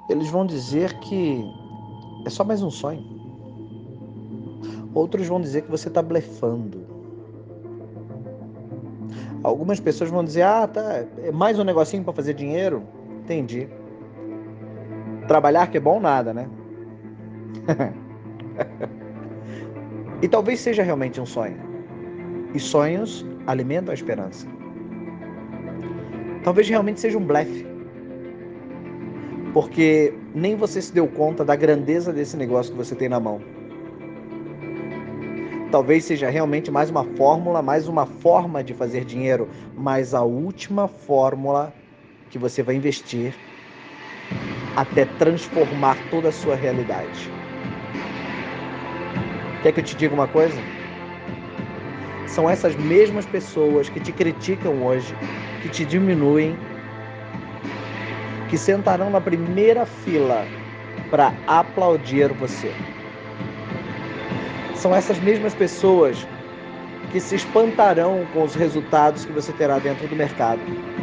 Eles vão dizer que é só mais um sonho. Outros vão dizer que você está blefando. Algumas pessoas vão dizer, tá, é mais um negocinho para fazer dinheiro. Entendi. Trabalhar que é bom nada, né? E talvez seja realmente um sonho. E sonhos alimentam a esperança. Talvez realmente seja um blefe. Porque nem você se deu conta da grandeza desse negócio que você tem na mão. Talvez seja realmente mais uma fórmula, mais uma forma de fazer dinheiro, mas a última fórmula que você vai investir até transformar toda a sua realidade. Quer que eu te diga uma coisa? São essas mesmas pessoas que te criticam hoje, que te diminuem, que sentarão na primeira fila para aplaudir você. São essas mesmas pessoas que se espantarão com os resultados que você terá dentro do mercado.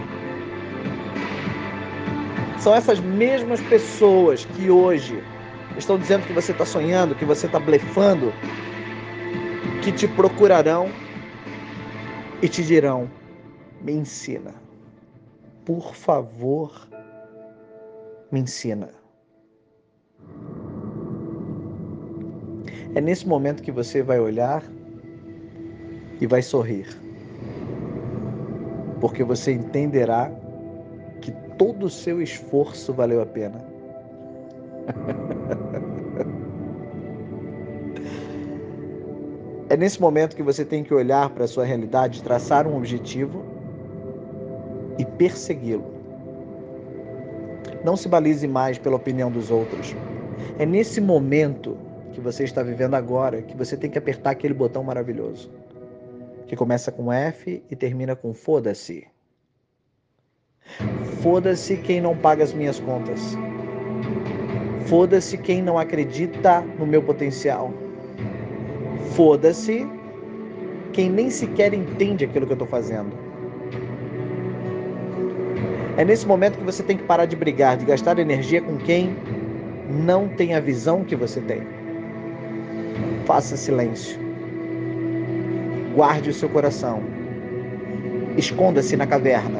São essas mesmas pessoas que hoje estão dizendo que você está sonhando, que você está blefando, que te procurarão e te dirão: me ensina. Por favor, me ensina. É nesse momento que você vai olhar e vai sorrir, porque você entenderá que todo o seu esforço valeu a pena. É nesse momento que você tem que olhar para a sua realidade, traçar um objetivo e persegui-lo. Não se balize mais pela opinião dos outros. É nesse momento que você está vivendo agora que você tem que apertar aquele botão maravilhoso, que começa com F e termina com foda-se. Foda-se quem não paga as minhas contas. Foda-se quem não acredita no meu potencial. Foda-se quem nem sequer entende aquilo que eu estou fazendo. É nesse momento que você tem que parar de brigar, de gastar energia com quem não tem a visão que você tem. Faça silêncio. Guarde o seu coração. Esconda-se na caverna.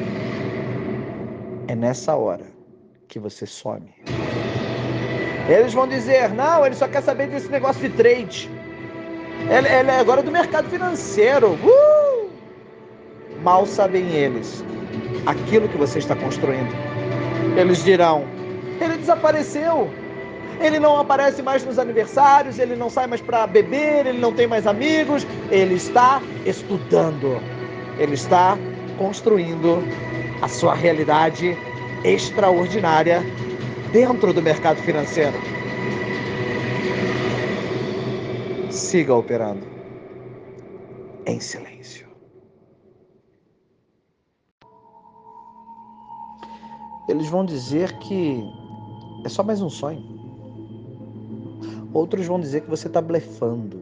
É nessa hora que você some. Eles vão dizer, não, ele só quer saber desse negócio de trade. Ele é agora do mercado financeiro. Mal sabem eles aquilo que você está construindo. Eles dirão, ele desapareceu. Ele não aparece mais nos aniversários, ele não sai mais para beber, ele não tem mais amigos. Ele está estudando. Ele está construindo a sua realidade extraordinária dentro do mercado financeiro. Siga operando em silêncio. Eles vão dizer que é só mais um sonho. Outros vão dizer que você está blefando.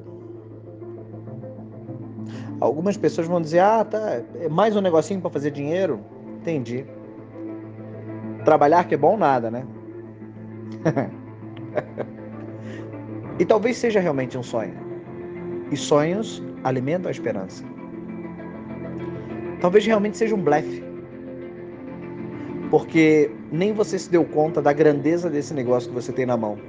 Algumas pessoas vão dizer, tá, é mais um negocinho para fazer dinheiro. Entendi. Trabalhar que é bom nada, né? E talvez seja realmente um sonho. E sonhos alimentam a esperança. Talvez realmente seja um blefe. Porque nem você se deu conta da grandeza desse negócio que você tem na mão.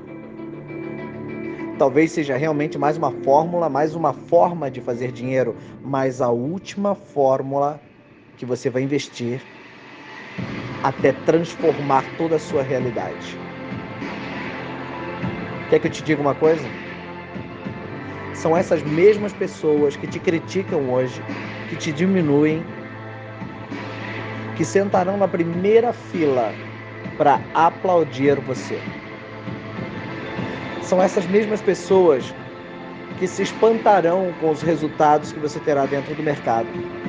Talvez seja realmente mais uma fórmula, mais uma forma de fazer dinheiro, mas a última fórmula que você vai investir até transformar toda a sua realidade. Quer que eu te diga uma coisa? São essas mesmas pessoas que te criticam hoje, que te diminuem, que sentarão na primeira fila para aplaudir você. São essas mesmas pessoas que se espantarão com os resultados que você terá dentro do mercado.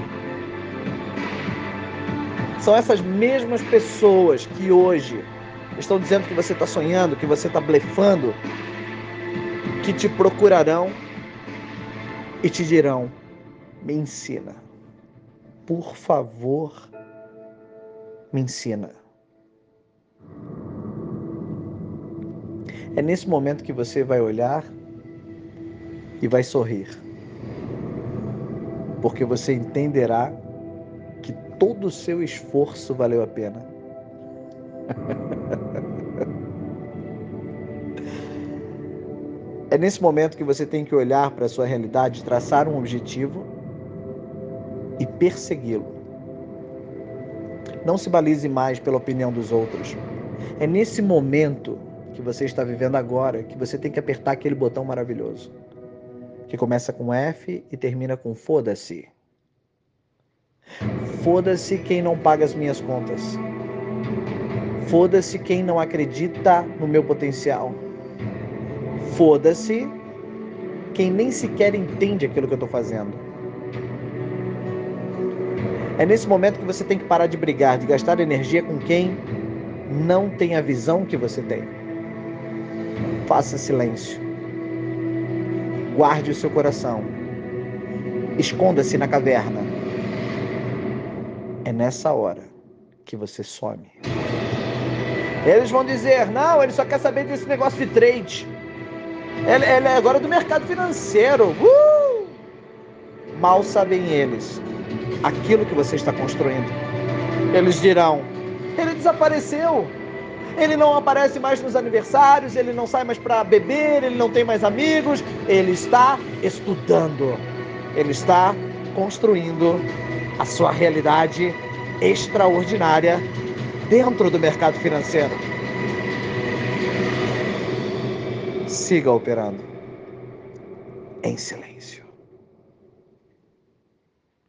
São essas mesmas pessoas que hoje estão dizendo que você está sonhando, que você está blefando, que te procurarão e te dirão: me ensina. Por favor, me ensina. É nesse momento que você vai olhar e vai sorrir, porque você entenderá que todo o seu esforço valeu a pena. É nesse momento que você tem que olhar para a sua realidade, traçar um objetivo e persegui-lo. Não se balize mais pela opinião dos outros. É nesse momento que você está vivendo agora que você tem que apertar aquele botão maravilhoso, que começa com F e termina com foda-se. Foda-se quem não paga as minhas contas. Foda-se quem não acredita no meu potencial. Foda-se quem nem sequer entende aquilo que eu estou fazendo. É nesse momento que você tem que parar de brigar, de gastar energia com quem não tem a visão que você tem. Faça silêncio. Guarde o seu coração. Esconda-se na caverna. É nessa hora que você some. Eles vão dizer, não, ele só quer saber desse negócio de trade. Ele é agora do mercado financeiro. Mal sabem eles aquilo que você está construindo. Eles dirão, ele desapareceu. Ele não aparece mais nos aniversários, ele não sai mais para beber, ele não tem mais amigos. Ele está estudando. Ele está construindo a sua realidade extraordinária dentro do mercado financeiro. Siga operando em silêncio.